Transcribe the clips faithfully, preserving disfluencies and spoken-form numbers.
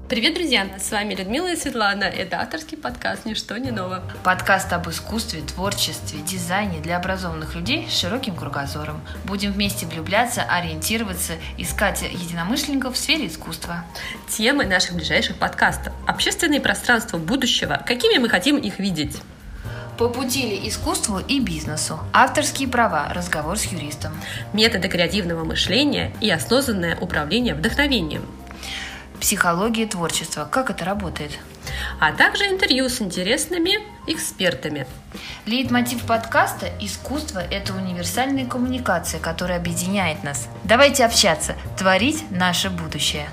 Привет, друзья! С вами Людмила и Светлана. Это авторский подкаст «Ничто не ново». Подкаст об искусстве, творчестве, дизайне для образованных людей с широким кругозором. Будем вместе влюбляться, ориентироваться, искать единомышленников в сфере искусства. Темы наших ближайших подкастов. Общественные пространства будущего. Какими мы хотим их видеть? По пути ли искусству и бизнесу. Авторские права, разговор с юристом. Методы креативного мышления и осознанное управление вдохновением. Психология творчества. Как это работает? А также интервью с интересными экспертами. Лейтмотив подкаста «Искусство – это универсальная коммуникация, которая объединяет нас». Давайте общаться, творить наше будущее.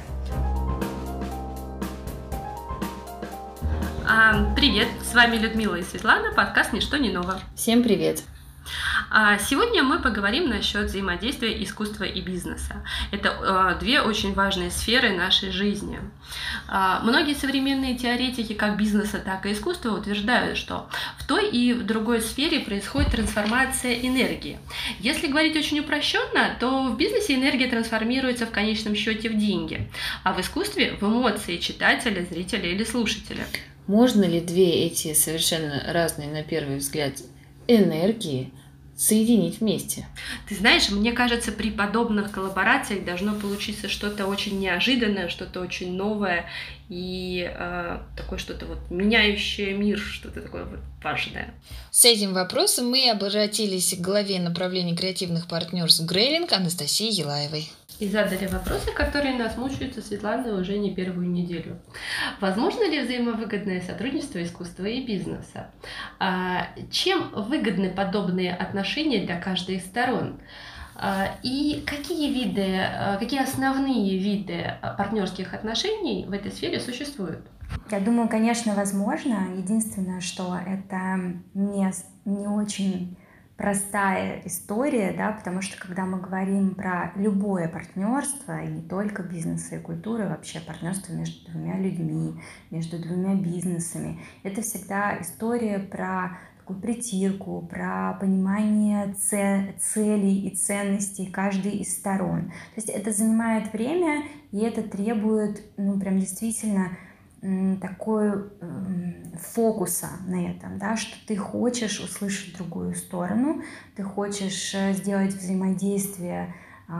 А, привет, с вами Людмила и Светлана, подкаст «Ничто не ново». Всем привет! А сегодня мы поговорим насчет взаимодействия искусства и бизнеса. Это э, две очень важные сферы нашей жизни. Э, многие современные теоретики как бизнеса, так и искусства утверждают, что в той и в другой сфере происходит трансформация энергии. Если говорить очень упрощенно, то в бизнесе энергия трансформируется в конечном счете в деньги, а в искусстве в эмоции читателя, зрителя или слушателя. Можно ли две эти совершенно разные, на первый взгляд, энергии соединить вместе? Ты знаешь, мне кажется, при подобных коллаборациях должно получиться что-то очень неожиданное, что-то очень новое и э, такое что-то вот меняющее мир, что-то такое вот важное. С этим вопросом мы обратились к главе направления креативных партнерств Грейлинг Анастасии Елаевой. И задали вопросы, которые нас мучают со Светланой уже не первую неделю. Возможно ли взаимовыгодное сотрудничество искусства и бизнеса? А, чем выгодны подобные отношения для каждой из сторон? А, и какие виды, какие основные виды партнерских отношений в этой сфере существуют? Я думаю, конечно, возможно. Единственное, что это не, не очень простая история, да, потому что когда мы говорим про любое партнерство, и не только бизнеса и культуры, вообще партнерство между двумя людьми, между двумя бизнесами, это всегда история про такую притирку, про понимание целей и ценностей каждой из сторон. То есть это занимает время, и это требует, ну, прям действительно такой э, фокуса на этом, да, что ты хочешь услышать другую сторону, ты хочешь сделать взаимодействие э,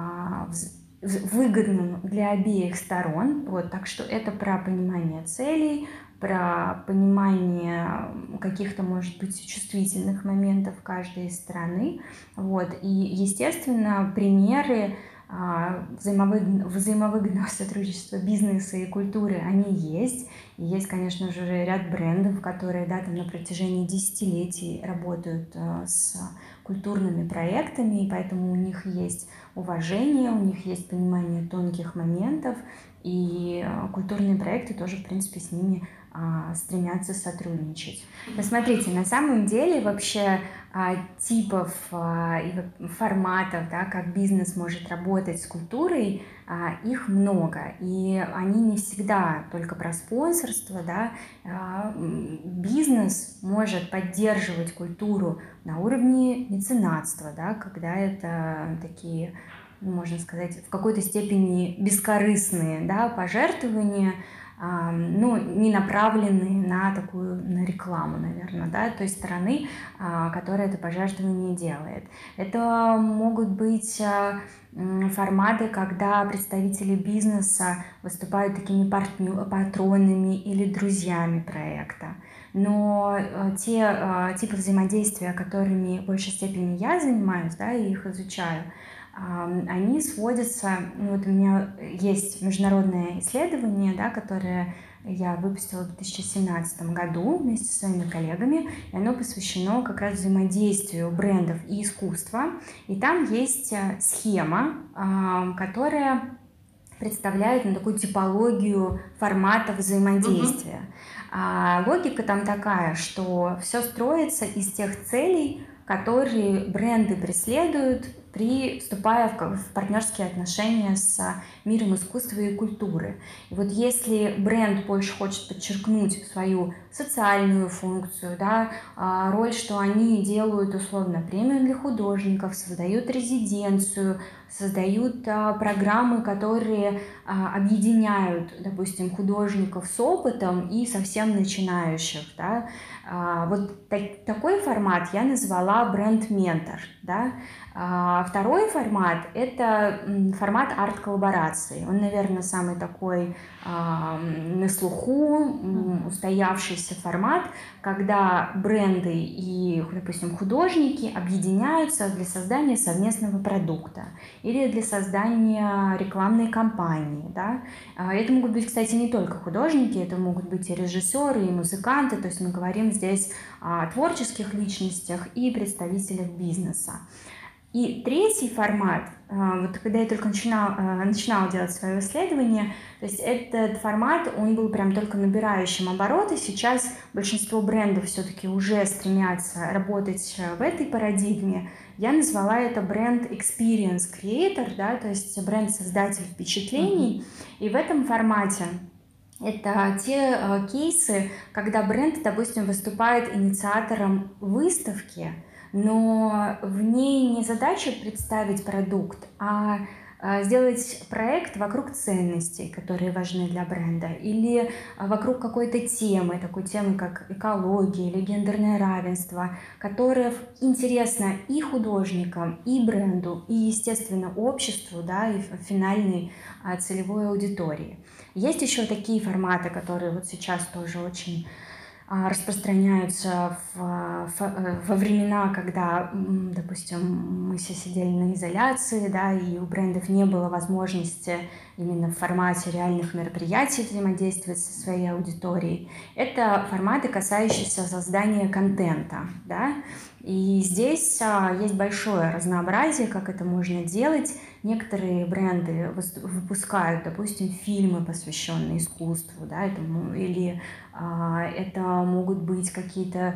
выгодным для обеих сторон, вот, так что это про понимание целей, про понимание каких-то, может быть, чувствительных моментов каждой из стороны, вот, и, естественно, примеры Взаимовыгодного, взаимовыгодного сотрудничества бизнеса и культуры, они есть. И есть, конечно же, ряд брендов, которые, да, там на протяжении десятилетий работают с культурными проектами, и поэтому у них есть уважение, у них есть понимание тонких моментов, и культурные проекты тоже, в принципе, с ними стремятся сотрудничать. Посмотрите, на самом деле вообще типов и форматов, да, как бизнес может работать с культурой, их много, и они не всегда только про спонсорство, да. Бизнес может поддерживать культуру на уровне меценатства, да, когда это такие, можно сказать, в какой-то степени бескорыстные, да, пожертвования, ну, не направленные на такую, на рекламу, наверное, да, той стороны, которая это пожертвование делает. Это могут быть форматы, когда представители бизнеса выступают такими партнер, патронами или друзьями проекта. Но те типы взаимодействия, которыми в большей степени я занимаюсь, да, и их изучаю, они сводятся, ну, вот у меня есть международное исследование, да, которое я выпустила в две тысячи семнадцатом году вместе со своими коллегами, и оно посвящено как раз взаимодействию брендов и искусства. И там есть схема, которая представляет, ну, такую типологию форматов взаимодействия. Mm-hmm. Логика там такая, что все строится из тех целей, которые бренды преследуют, при, вступая в, в партнерские отношения с миром искусства и культуры. И вот если бренд больше хочет подчеркнуть свою социальную функцию, да, роль, что они делают условно премию для художников, создают резиденцию, создают а, программы, которые а, объединяют, допустим, художников с опытом и совсем начинающих, да. А, вот так, такой формат я назвала бренд-ментор, да. А, второй формат – это формат арт-коллаборации. Он, наверное, самый такой а, на слуху, устоявшийся формат, когда бренды и, допустим, художники объединяются для создания совместного продукта или для создания рекламной кампании, да. Это могут быть, кстати, не только художники, это могут быть и режиссеры, и музыканты, то есть мы говорим здесь о творческих личностях и представителях бизнеса. И третий формат, вот когда я только начинала, начинала делать свое исследование, то есть этот формат, он был прям только набирающим обороты. Сейчас большинство брендов все-таки уже стремятся работать в этой парадигме. Я назвала это бренд Experience Creator, да, то есть бренд-создатель впечатлений. И в этом формате это те э, кейсы, когда бренд, допустим, выступает инициатором выставки, но в ней не задача представить продукт, а сделать проект вокруг ценностей, которые важны для бренда, или вокруг какой-то темы, такой темы, как экология или гендерное равенство, которая интересна и художникам, и бренду, и, естественно, обществу, да, и финальной целевой аудитории. Есть еще такие форматы, которые вот сейчас тоже очень распространяются в, в, во времена, когда, допустим, мы все сидели на изоляции, да, и у брендов не было возможности именно в формате реальных мероприятий взаимодействовать со своей аудиторией. Это форматы, касающиеся создания контента, да, и здесь а, есть большое разнообразие, как это можно делать. Некоторые бренды выпускают, допустим, фильмы, посвященные искусству, да, этому, или а, это могут быть какие-то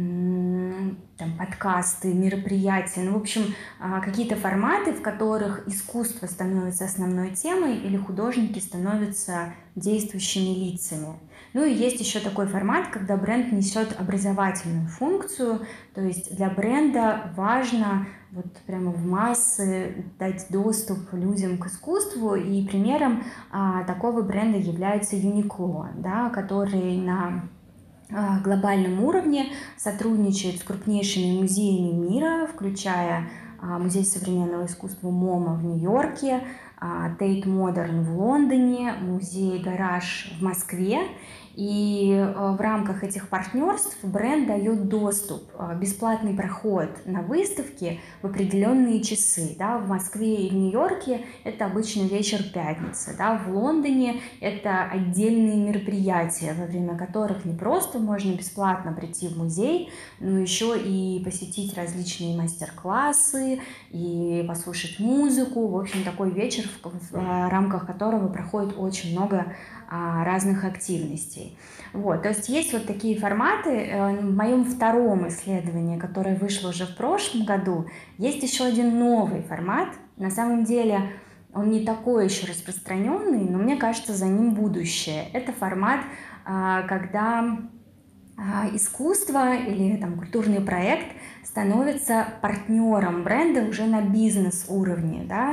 м, там, подкасты, мероприятия, ну, в общем, а, какие-то форматы, в которых искусство становится основной темой или художники становятся действующими лицами. Ну и есть еще такой формат, когда бренд несет образовательную функцию, то есть для бренда важно вот прямо в массы дать доступ людям к искусству, и примером а, такого бренда является Uniqlo, да, который на а, глобальном уровне сотрудничает с крупнейшими музеями мира, включая а, Музей современного искусства мома в Нью-Йорке, Tate Modern в Лондоне, музей Гараж в Москве. И в рамках этих партнерств бренд дает доступ, бесплатный проход на выставки в определенные часы. Да, в Москве и в Нью-Йорке это обычно вечер пятницы. Да, в Лондоне это отдельные мероприятия, во время которых не просто можно бесплатно прийти в музей, но еще и посетить различные мастер-классы и послушать музыку. В общем, такой вечер, в, в рамках которого проходит очень много а, разных активностей. Вот, то есть есть вот такие форматы. В моем втором исследовании, которое вышло уже в прошлом году, есть еще один новый формат. На самом деле он не такой еще распространенный, но мне кажется, за ним будущее. Это формат, когда искусство или там, культурный проект становится партнером бренда уже на бизнес-уровне, да,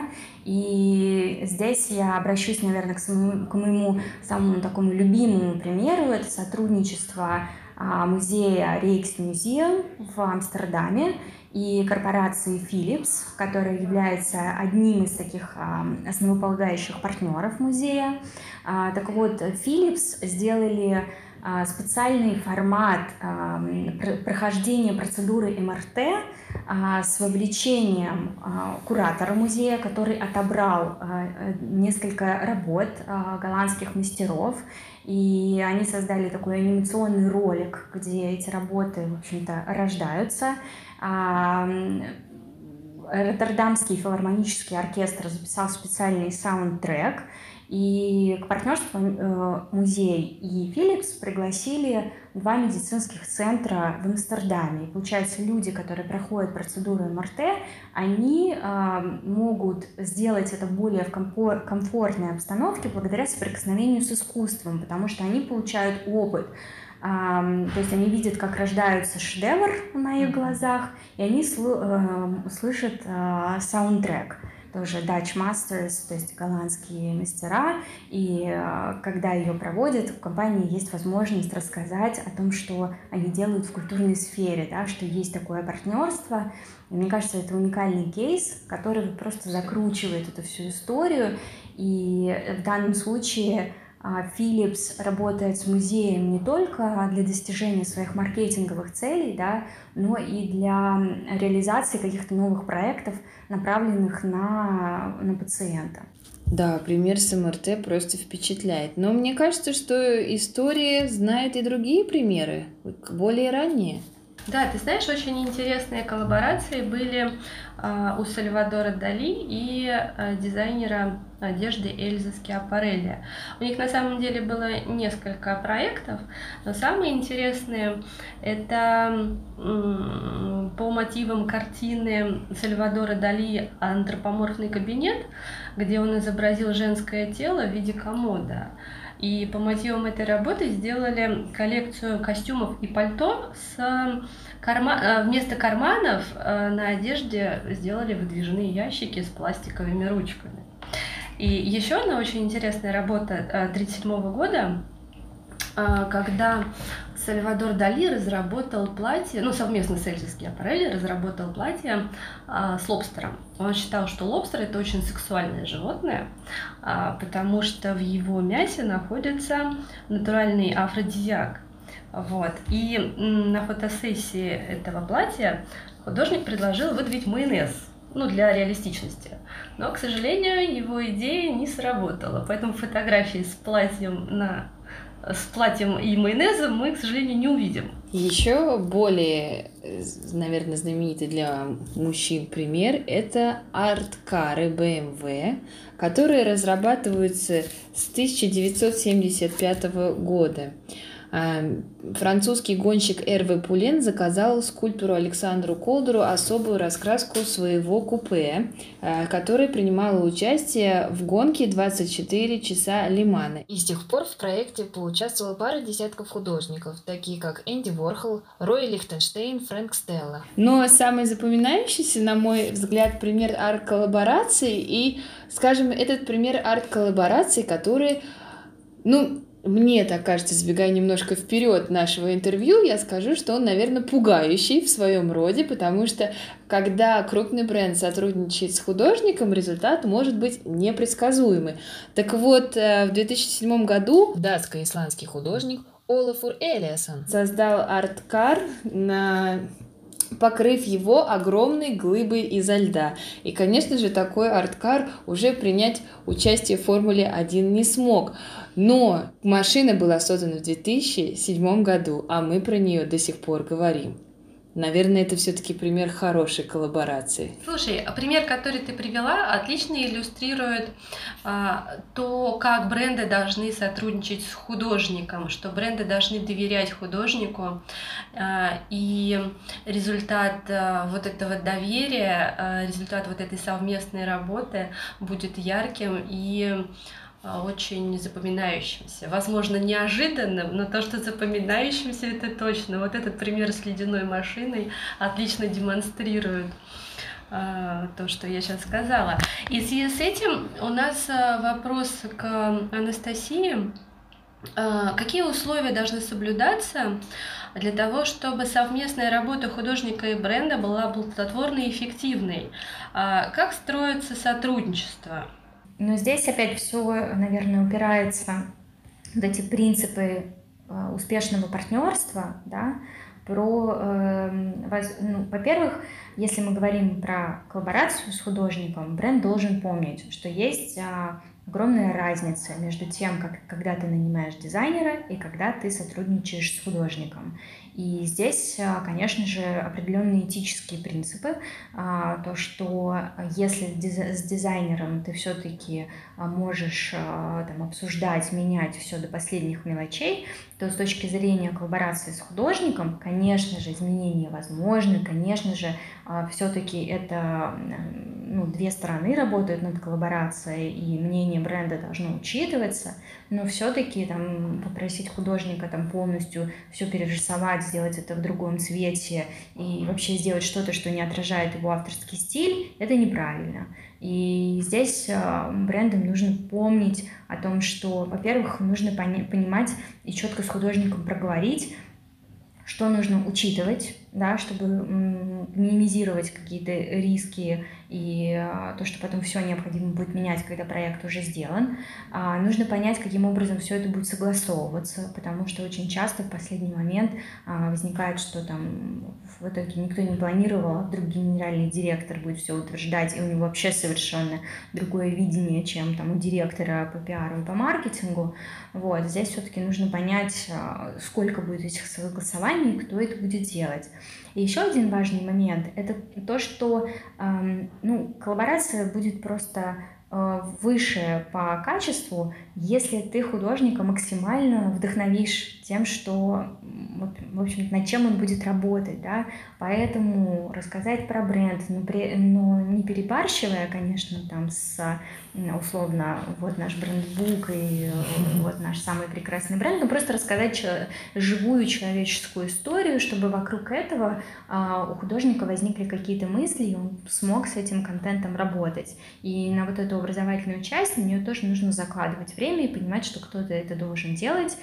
и здесь я обращусь, наверное, к, самому, к моему самому такому любимому примеру, это сотрудничество а, музея Rijksmuseum в Амстердаме и корпорации Philips, которая является одним из таких а, основополагающих партнеров музея. А, так вот, Philips сделали специальный формат прохождения процедуры эм эр тэ с вовлечением куратора музея, который отобрал несколько работ голландских мастеров, и они создали такой анимационный ролик, где эти работы, в общем-то, рождаются. Роттердамский филармонический оркестр записал специальный саундтрек, и к партнерству э, музей и Philips пригласили два медицинских центра в Амстердаме. И, получается, люди, которые проходят процедуру эм эр тэ, они э, могут сделать это более в комфор- комфортной обстановке благодаря соприкосновению с искусством, потому что они получают опыт. Uh, то есть они видят, как рождается шедевр на их глазах, и они сл- uh, слышат uh, саундтрек. тоже Dutch Masters, то есть голландские мастера, и когда ее проводят, у компании есть возможность рассказать о том, что они делают в культурной сфере, да, что есть такое партнерство. И мне кажется, это уникальный кейс, который просто закручивает эту всю историю, и в данном случае Philips работает с музеем не только для достижения своих маркетинговых целей, да, но и для реализации каких-то новых проектов, направленных на, на пациента. Да, пример с эм эр тэ просто впечатляет. Но мне кажется, что история знает и другие примеры, более ранние. Да, ты знаешь, очень интересные коллаборации были э, у Сальвадора Дали и э, дизайнера одежды Эльзы Скиапарелли. У них на самом деле было несколько проектов, но самые интересные это э, по мотивам картины Сальвадора Дали «Антропоморфный кабинет», где он изобразил женское тело в виде комода. И по мотивам этой работы сделали коллекцию костюмов и пальто с карма... вместо карманов на одежде сделали выдвижные ящики с пластиковыми ручками. И еще одна очень интересная работа тысяча девятьсот тридцать седьмого года, когда Сальвадор Дали разработал платье, ну, совместно с Эльзой Скиапарелли разработал платье а, с лобстером. Он считал, что лобстер – это очень сексуальное животное, а, потому что в его мясе находится натуральный афродизиак. Вот. И м, на фотосессии этого платья художник предложил выдавить майонез, ну, для реалистичности. Но, к сожалению, его идея не сработала, поэтому фотографии с платьем на с платьем и майонезом мы, к сожалению, не увидим. Еще более, наверное, знаменитый для мужчин пример – это арт-кары бэ эм вэ, которые разрабатываются с тысяча девятьсот семьдесят пятого года. Французский гонщик Эрве Пулен заказал скульптору Александру Колдеру особую раскраску своего купе, которая принимала участие в гонке двадцать четыре часа Лимана. И с тех пор в проекте поучаствовала пара десятков художников, такие как Энди Ворхол, Рой Лихтенштейн, Фрэнк Стелла. Но самый запоминающийся, на мой взгляд, пример арт-коллаборации, и, скажем, этот пример арт-коллаборации, который, ну, мне так кажется, забегая немножко вперед нашего интервью, я скажу, что он, наверное, пугающий в своем роде, потому что когда крупный бренд сотрудничает с художником, результат может быть непредсказуемый. Так вот, в две тысячи седьмом году датско-исландский художник Олафур Элиассон создал арт-кар, на... покрыв его огромной глыбой изо льда. И, конечно же, такой арт-кар уже принять участие в Формуле один не смог. Но машина была создана в две тысячи седьмом году, а мы про нее до сих пор говорим. Наверное, это все-таки пример хорошей коллаборации. Слушай, пример, который ты привела, отлично иллюстрирует а, то, как бренды должны сотрудничать с художником, что бренды должны доверять художнику, а, и результат а, вот этого доверия, а, результат вот этой совместной работы будет ярким и очень запоминающимся. Возможно, неожиданным, но то, что запоминающимся, это точно. Вот этот пример с ледяной машиной отлично демонстрирует а, то, что я сейчас сказала. И в связи с этим у нас вопрос к Анастасии. А, какие условия должны соблюдаться для того, чтобы совместная работа художника и бренда была плодотворной и эффективной? А, как строится сотрудничество? Но здесь опять все, наверное, упирается в эти принципы успешного партнерства, да, про, э, ну, во-первых, если мы говорим про коллаборацию с художником, бренд должен помнить, что есть а, огромная разница между тем, как, когда ты нанимаешь дизайнера и когда ты сотрудничаешь с художником. И здесь, конечно же, определенные этические принципы, то, что если с дизайнером ты все-таки можешь там обсуждать, менять все до последних мелочей, то с точки зрения коллаборации с художником, конечно же, изменения возможны, конечно же, все-таки это ну, две стороны работают над коллаборацией, и мнение бренда должно учитываться, но все-таки там попросить художника там полностью все перерисовать, сделать это в другом цвете и вообще сделать что-то, что не отражает его авторский стиль, это неправильно. И здесь брендам нужно помнить о том, что, во-первых, нужно понимать и четко с художником проговорить, что нужно учитывать, да, чтобы минимизировать какие-то риски и то, что потом все необходимо будет менять, когда проект уже сделан. А, нужно понять, каким образом все это будет согласовываться, потому что очень часто в последний момент а, возникает, что там в итоге никто не планировал, а вдруг генеральный директор будет все утверждать, и у него вообще совершенно другое видение, чем там у директора по пиару и по маркетингу. Вот. Здесь все-таки нужно понять, сколько будет этих согласований и кто это будет делать. И еще один важный момент – это то, что э, ну, коллаборация будет просто э, выше по качеству, если ты художника максимально вдохновишь тем, что, вот, в общем, над чем он будет работать, да, поэтому рассказать про бренд, но, при, но не перебарщивая, конечно, там с, условно, вот наш брендбук и вот наш самый прекрасный бренд, но просто рассказать че- живую человеческую историю, чтобы вокруг этого а, у художника возникли какие-то мысли, и он смог с этим контентом работать. И на вот эту образовательную часть на нее тоже нужно закладывать время и понимать, что кто-то это должен делать,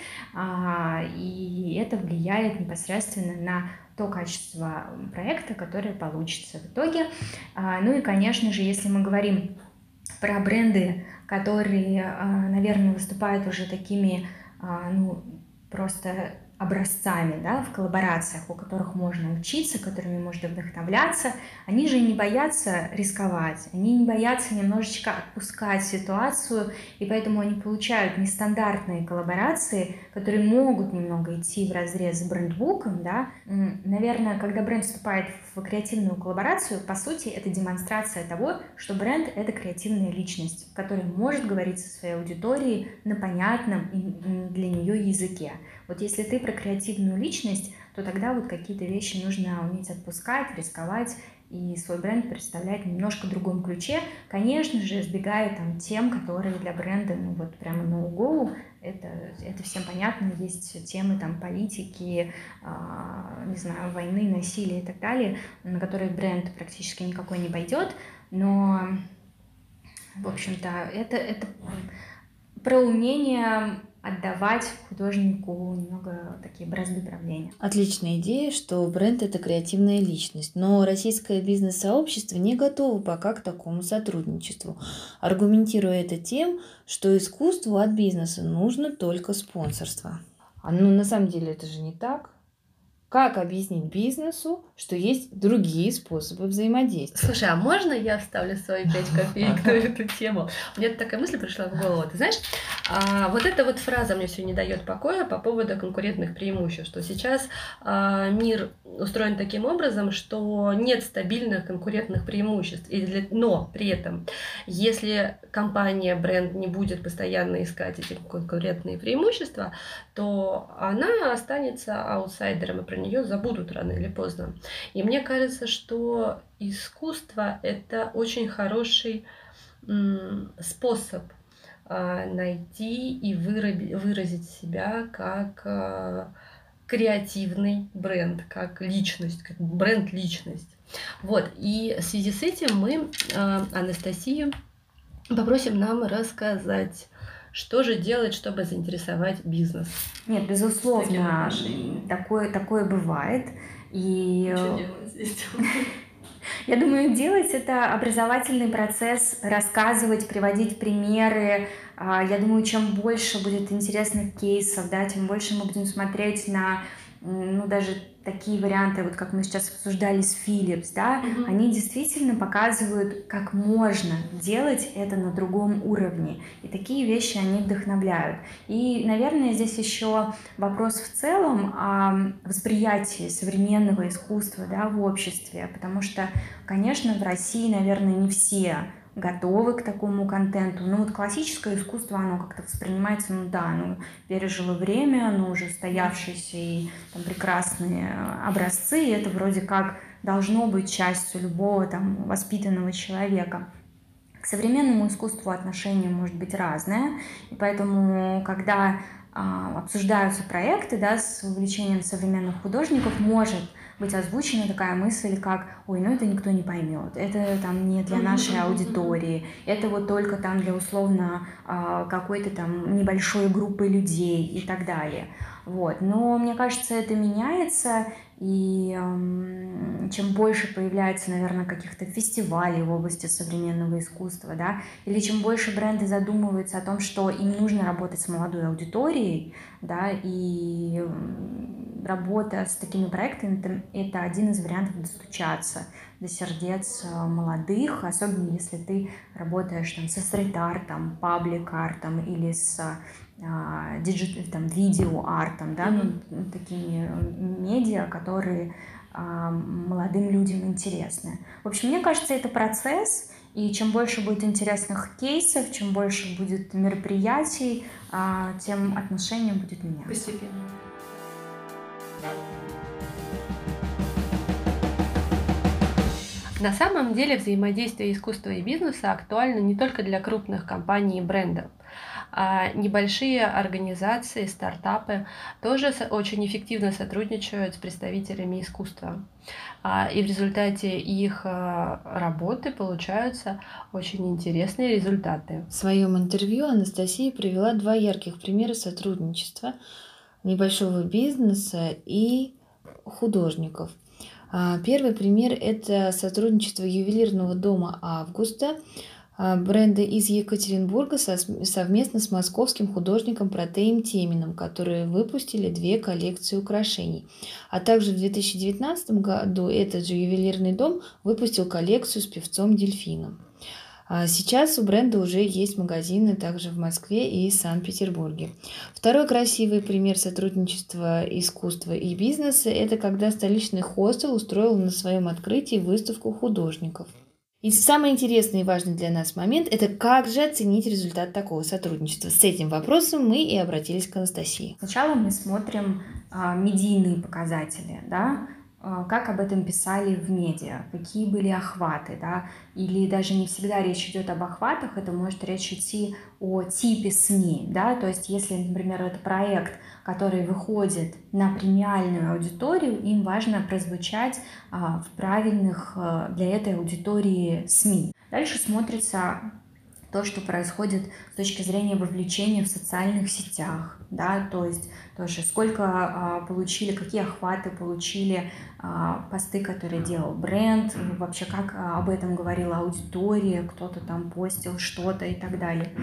а, и это влияет непосредственно на то качество проекта, которое получится в итоге. А, ну и, конечно же, если мы говорим про бренды, которые, наверное, выступают уже такими, ну, просто образцами, да, в коллаборациях, у которых можно учиться, которыми можно вдохновляться, они же не боятся рисковать, они не боятся немножечко отпускать ситуацию, и поэтому они получают нестандартные коллаборации, которые могут немного идти вразрез с брендбуком, да. Наверное, когда бренд вступает в креативную коллаборацию, по сути, это демонстрация того, что бренд — это креативная личность, которая может говорить со своей аудиторией на понятном для нее языке. Вот если ты про креативную личность, то тогда вот какие-то вещи нужно уметь отпускать, рисковать и свой бренд представлять в немножко другом ключе. Конечно же, избегая там тем, которые для бренда, ну вот прямо no-go, это, это всем понятно, есть темы там политики, э, не знаю, войны, насилия и так далее, на которые бренд практически никакой не пойдет, но, в общем-то, это, это про умение отдавать художнику немного такие бразды правления. Отличная идея, что бренд — это креативная личность, но российское бизнес-сообщество не готово пока к такому сотрудничеству, аргументируя это тем, что искусству от бизнеса нужно только спонсорство. А ну на самом деле это же не так. Как объяснить бизнесу, что есть другие способы взаимодействия? Слушай, а можно я вставлю свои пять копеек на эту тему? Мне такая мысль пришла в голову. Ты знаешь, а, вот эта вот фраза мне все не дает покоя по поводу конкурентных преимуществ, что сейчас а, мир устроен таким образом, что нет стабильных конкурентных преимуществ. И для... Но при этом, если компания, бренд не будет постоянно искать эти конкурентные преимущества, то она останется аутсайдером, и про нее забудут рано или поздно. И мне кажется, что искусство — это очень хороший м, способ а, найти и выраби, выразить себя как а, креативный бренд, как личность, как бренд-личность. Вот. И в связи с этим мы а, Анастасию попросим нам рассказать, что же делать, чтобы заинтересовать бизнес. Нет, безусловно, такое, такое бывает. И что делать здесь? Я думаю, делать это образовательный процесс, рассказывать, приводить примеры. Я думаю, чем больше будет интересных кейсов, да, тем больше мы будем смотреть на, ну, даже такие варианты, вот как мы сейчас обсуждали с Philips, да, mm-hmm. они действительно показывают, как можно делать это на другом уровне. И такие вещи они вдохновляют. И, наверное, здесь еще вопрос в целом о восприятии современного искусства, да, в обществе, потому что, конечно, в России, наверное, не все готовы к такому контенту. Ну вот классическое искусство, оно как-то воспринимается, ну да, оно пережило время, оно уже стоявшиеся и там прекрасные образцы, и это вроде как должно быть частью любого там воспитанного человека. К современному искусству отношение может быть разное, и поэтому, когда а, обсуждаются проекты, да, с вовлечением современных художников, может быть озвучена такая мысль, как «Ой, ну это никто не поймет, это там не для нашей аудитории, это вот только там для условно а, какой-то там небольшой группы людей» и так далее. Вот. Но мне кажется, это меняется, и эм, чем больше появляется, наверное, каких-то фестивалей в области современного искусства, да, или чем больше бренды задумываются о том, что им нужно работать с молодой аудиторией, да, и эм, работа с такими проектами это, это один из вариантов достучаться до сердец молодых, особенно если ты работаешь там со стрит-артом, паблик-артом или с диджит, там, видео-артом, да, mm-hmm. ну, такими медиа, которые а, молодым людям интересны. В общем, мне кажется, это процесс, и чем больше будет интересных кейсов, чем больше будет мероприятий, а, тем отношение будет меняться. Постепенно. На самом деле взаимодействие искусства и бизнеса актуально не только для крупных компаний и брендов. А небольшие организации, стартапы тоже очень эффективно сотрудничают с представителями искусства. И в результате их работы получаются очень интересные результаты. В своем интервью Анастасия привела два ярких примера сотрудничества небольшого бизнеса и художников. Первый пример – это сотрудничество ювелирного дома «Августа», бренда из Екатеринбурга совместно с московским художником Протеем Теминым, которые выпустили две коллекции украшений. А также в две тысячи девятнадцатом году этот же ювелирный дом выпустил коллекцию с певцом Дельфином. Сейчас у бренда уже есть магазины также в Москве и Санкт-Петербурге. Второй красивый пример сотрудничества искусства и бизнеса – это когда столичный хостел устроил на своем открытии выставку художников. И самый интересный и важный для нас момент – это как же оценить результат такого сотрудничества. С этим вопросом мы и обратились к Анастасии. Сначала мы смотрим а, медийные показатели, да? Как об этом писали в медиа, какие были охваты, да, или даже не всегда речь идет об охватах, это может речь идти о типе СМИ, да, то есть если, например, это проект, который выходит на премиальную аудиторию, им важно прозвучать а, в правильных а, для этой аудитории СМИ. Дальше смотрится то, что происходит с точки зрения вовлечения в социальных сетях, да, то есть тоже сколько а, получили, какие охваты получили а, посты, которые делал бренд, вообще как а, об этом говорила аудитория, кто-то там постил что-то и так далее.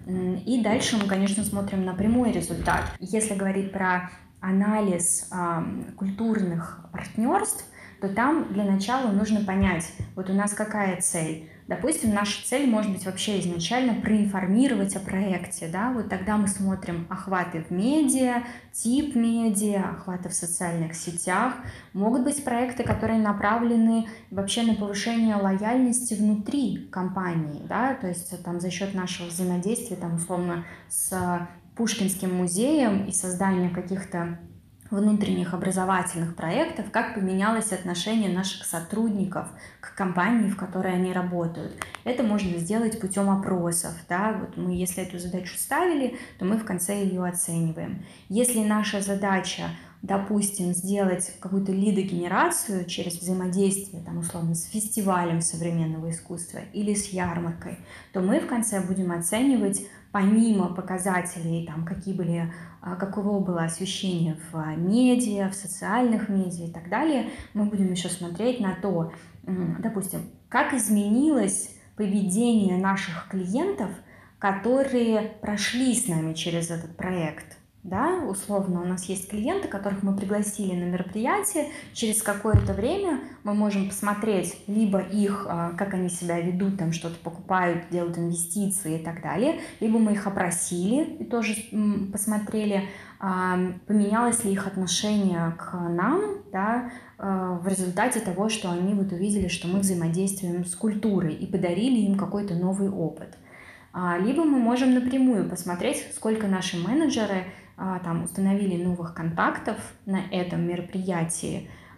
И дальше мы, конечно, смотрим на прямой результат. Если говорить про анализ а, культурных партнерств, то там для начала нужно понять, вот у нас какая цель. Допустим, наша цель может быть вообще изначально проинформировать о проекте, да, вот тогда мы смотрим охваты в медиа, тип медиа, охваты в социальных сетях. Могут быть проекты, которые направлены вообще на повышение лояльности внутри компании, да, то есть там за счет нашего взаимодействия, там условно с Пушкинским музеем и создания каких-то внутренних образовательных проектов, как поменялось отношение наших сотрудников к компании, в которой они работают. Это можно сделать путем опросов. Да? Вот мы, если эту задачу ставили, то мы в конце ее оцениваем. Если наша задача, допустим, сделать какую-то лидогенерацию через взаимодействие, там, условно, с фестивалем современного искусства или с ярмаркой, то мы в конце будем оценивать помимо показателей, там, какие были, каково было освещение в медиа, в социальных медиа и так далее, мы будем еще смотреть на то, допустим, как изменилось поведение наших клиентов, которые прошли с нами через этот проект. Да, условно, у нас есть клиенты, которых мы пригласили на мероприятие, через какое-то время мы можем посмотреть либо их, как они себя ведут, там что-то покупают, делают инвестиции и так далее, либо мы их опросили и тоже посмотрели, поменялось ли их отношение к нам, да, в результате того, что они вот увидели, что мы взаимодействуем с культурой и подарили им какой-то новый опыт. Либо мы можем напрямую посмотреть, сколько наши менеджеры там установили новых контактов на этом мероприятии,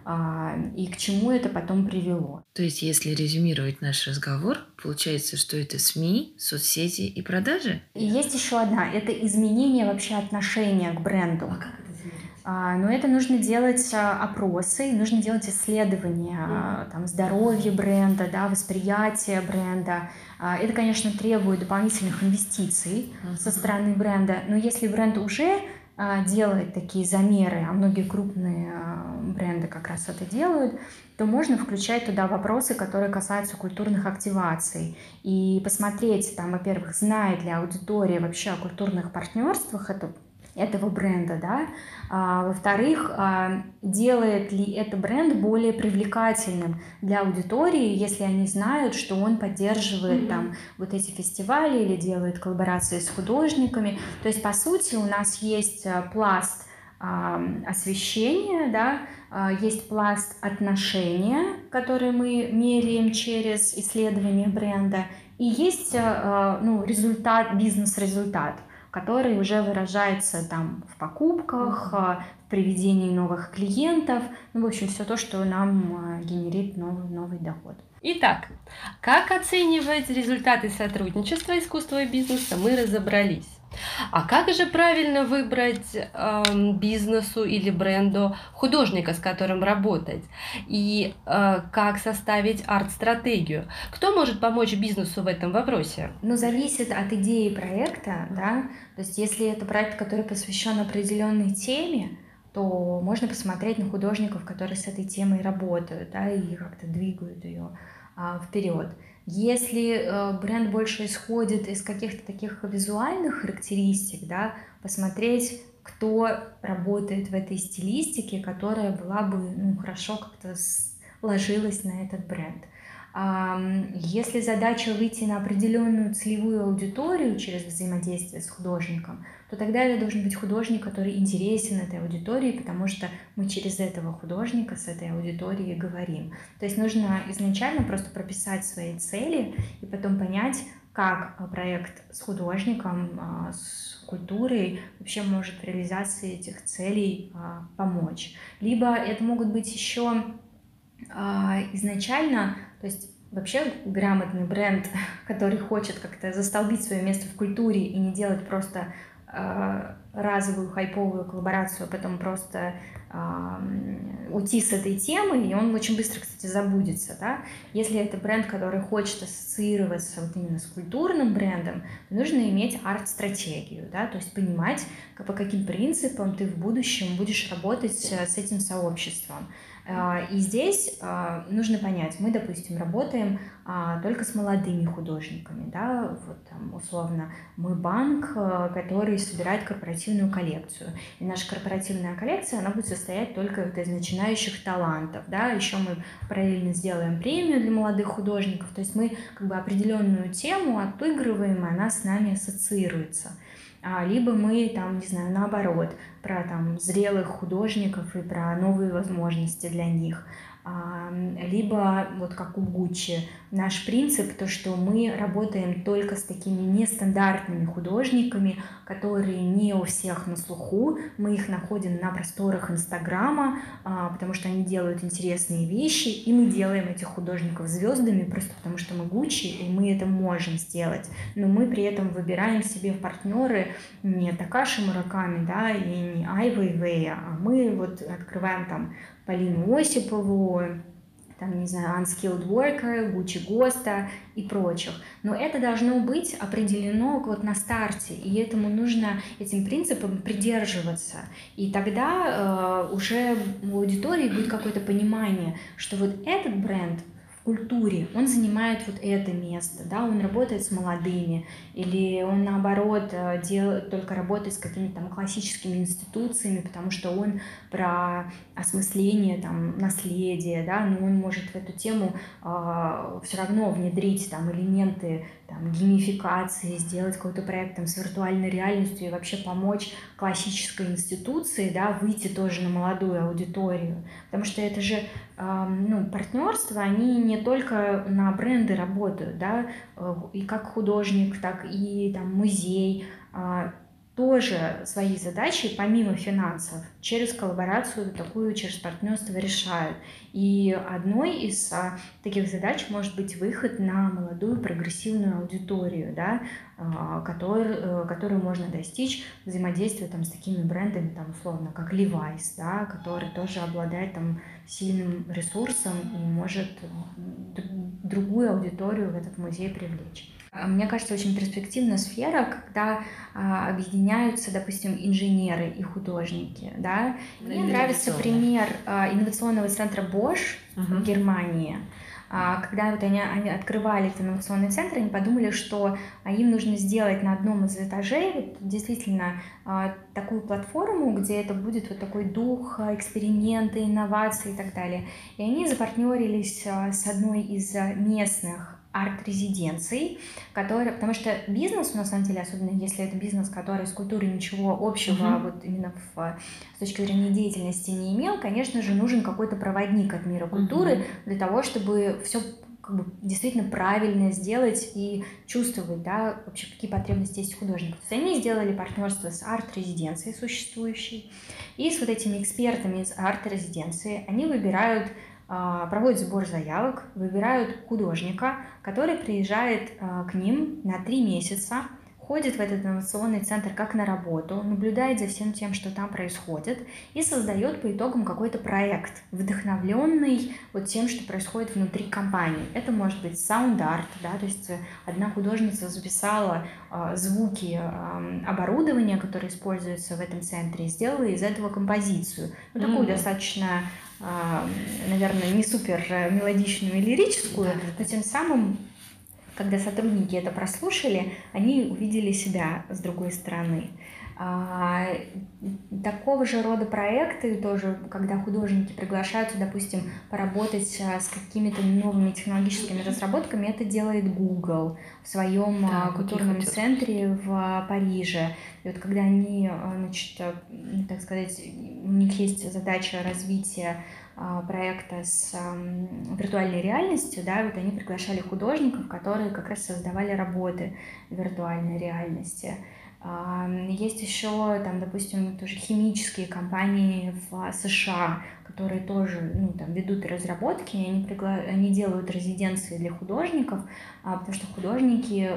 и к чему это потом привело. То есть, если резюмировать наш разговор, получается, что это СМИ, соцсети и продажи? И есть еще одна, это изменение вообще отношения к бренду. А как это изменить? Но это нужно делать опросы, нужно делать исследования mm-hmm. там, здоровья бренда, да, восприятия бренда. Это, конечно, требует дополнительных инвестиций mm-hmm. со стороны бренда, но если бренд уже делает такие замеры, а многие крупные бренды как раз это делают, то можно включать туда вопросы, которые касаются культурных активаций, и посмотреть, там, во-первых, знает ли аудитория вообще о культурных партнерствах это, этого бренда, да? А, во-вторых, а, делает ли это бренд более привлекательным для аудитории, если они знают, что он поддерживает mm-hmm. там вот эти фестивали или делает коллаборации с художниками. То есть, по сути, у нас есть пласт а, освещения, да? а, есть пласт отношения, который мы меряем через исследование бренда, и есть а, ну, результат, бизнес-результат, который уже выражается там в покупках, в приведении новых клиентов, ну, в общем, все то, что нам генерит новый, новый доход. Итак, как оценивать результаты сотрудничества искусства и бизнеса, мы разобрались. А как же правильно выбрать э, бизнесу или бренду художника, с которым работать? И э, как составить арт-стратегию? Кто может помочь бизнесу в этом вопросе? Ну, зависит от идеи проекта, да. То есть, если это проект, который посвящен определенной теме, то можно посмотреть на художников, которые с этой темой работают, да, и как-то двигают ее а, вперед. Если э, бренд больше исходит из каких-то таких визуальных характеристик, да, посмотреть, кто работает в этой стилистике, которая была бы ну, хорошо как-то ложилась на этот бренд. А, если задача выйти на определенную целевую аудиторию через взаимодействие с художником, то тогда это должен быть художник, который интересен этой аудитории, потому что мы через этого художника с этой аудиторией говорим. То есть нужно изначально просто прописать свои цели и потом понять, как проект с художником, с культурой вообще может в реализации этих целей помочь. Либо это могут быть еще изначально, то есть вообще грамотный бренд, который хочет как-то застолбить свое место в культуре и не делать просто разовую хайповую коллаборацию, а потом просто э, уйти с этой темы, и он очень быстро, кстати, забудется. Да? Если это бренд, который хочет ассоциироваться вот именно с культурным брендом, то нужно иметь арт-стратегию, да? То есть понимать, по каким принципам ты в будущем будешь работать с этим сообществом. И здесь нужно понять, мы, допустим, работаем только с молодыми художниками, да, вот там, условно, мы банк, который собирает корпоративную коллекцию, и наша корпоративная коллекция, она будет состоять только из начинающих талантов, да, еще мы параллельно сделаем премию для молодых художников, то есть мы как бы определенную тему отыгрываем, и она с нами ассоциируется. Либо мы, там, не знаю, наоборот, про там, зрелых художников и про новые возможности для них. Либо, вот как у Гуччи, наш принцип, то, что мы работаем только с такими нестандартными художниками, которые не у всех на слуху, мы их находим на просторах Инстаграма, потому что они делают интересные вещи, и мы делаем этих художников звездами, просто потому что мы Гуччи, и мы это можем сделать. Но мы при этом выбираем себе в партнеры не Такаши Мураками, да, и не Ай Вэйвэя, а мы вот открываем там Полину Осипову, там, не знаю, Unskilled Worker, Гуччи Госта и прочих. Но это должно быть определено вот на старте, и этому нужно этим принципам придерживаться. И тогда э, уже у аудитории будет какое-то понимание, что вот этот бренд в культуре, он занимает вот это место, да, он работает с молодыми, или он, наоборот, делает, только работает с какими-то там классическими институциями, потому что он про осмысление там, наследия, да, но он может в эту тему э, все равно внедрить там, элементы там, геймификации, сделать какой-то проект там, с виртуальной реальностью и вообще помочь классической институции, да, выйти тоже на молодую аудиторию. Потому что это же э, ну, партнерства, они не только на бренды работают, да, и как художник, так и там, музей. Э, то тоже свои задачи, помимо финансов, через коллаборацию такую, через партнерство решают. И одной из а, таких задач может быть выход на молодую прогрессивную аудиторию, да, а, который, а, которую можно достичь взаимодействия там, с такими брендами, там, условно, как Levi's, да, который тоже обладает там, сильным ресурсом и может другую аудиторию в этот музей привлечь. Мне кажется, очень перспективная сфера, когда а, объединяются, допустим, инженеры и художники. Да? Мне нравится пример а, инновационного центра Bosch uh-huh. в Германии. А, когда вот они, они открывали этот инновационный центр, они подумали, что а, им нужно сделать на одном из этажей вот, действительно а, такую платформу, где это будет вот такой дух эксперимента, инноваций и так далее. И они запартнерились а, с одной из местных арт-резиденций, которые, потому что бизнес, на самом деле, особенно если это бизнес, который с культурой ничего общего uh-huh. вот именно в, с точки зрения деятельности не имел, конечно же, нужен какой-то проводник от мира культуры uh-huh. для того, чтобы все как бы действительно правильно сделать и чувствовать, да, вообще какие потребности есть у художников. То есть они сделали партнерство с арт-резиденцией существующей, и с вот этими экспертами из арт-резиденции они выбирают проводят сбор заявок, выбирают художника, который приезжает к ним на три месяца, ходит в этот инновационный центр как на работу, наблюдает за всем тем, что там происходит, и создает по итогам какой-то проект, вдохновленный вот тем, что происходит внутри компании. Это может быть саунд-арт, да, то есть одна художница записала э, звуки э, оборудования, которое используется в этом центре, и сделала из этого композицию. Ну, такую mm-hmm. достаточно, э, наверное, не супер мелодичную и лирическую, но тем самым, когда сотрудники это прослушали, они увидели себя с другой стороны. А, такого же рода проекты тоже, когда художники приглашаются, допустим, поработать с какими-то новыми технологическими разработками, это делает Google в своем да, культурном центре в Париже. И вот когда они, значит, так сказать, у них есть задача развития проекта с виртуальной реальностью, да, вот они приглашали художников, которые как раз создавали работы в виртуальной реальности. Есть еще, там, допустим, тоже химические компании в США, которые тоже, ну, там, ведут разработки, и они, пригла... они делают резиденции для художников, потому что художники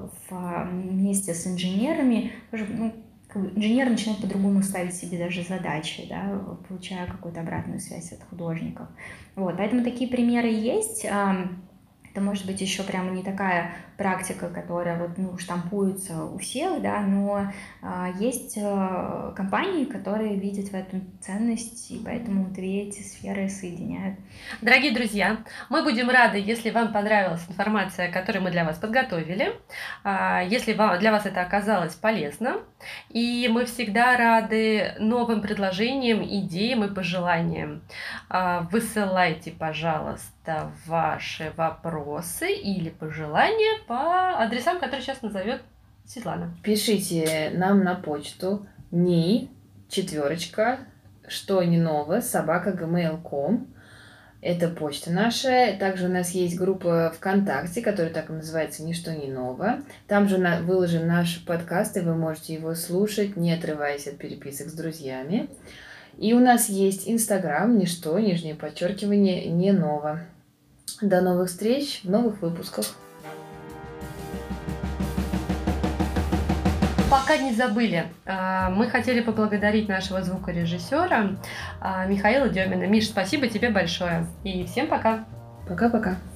вместе с инженерами тоже, ну, инженеры начинают по-другому ставить себе даже задачи, да, получая какую-то обратную связь от художников. Вот, поэтому такие примеры есть. Это может быть еще прямо не такая практика, которая вот, ну, штампуется у всех, да, но а, есть а, компании, которые видят в этом ценность, и поэтому две эти сферы соединяют. Дорогие друзья, мы будем рады, если вам понравилась информация, которую мы для вас подготовили, а, если вам, для вас это оказалось полезно, и мы всегда рады новым предложениям, идеям и пожеланиям. А, высылайте, пожалуйста, ваши вопросы или пожелания по адресам, которые сейчас назовет Светлана. Пишите нам на почту ни четверочка, что не ново, собака gmail точка ком. Это почта наша. Также у нас есть группа ВКонтакте, которая так и называется «Ничто не ново». Там же выложен наш подкаст, и вы можете его слушать, не отрываясь от переписок с друзьями. И у нас есть Инстаграм, ничто, нижнее подчеркивание, не ново. До новых встреч в новых выпусках. Пока не забыли, мы хотели поблагодарить нашего звукорежиссера Михаила Демина. Миш, спасибо тебе большое. И всем пока. Пока-пока.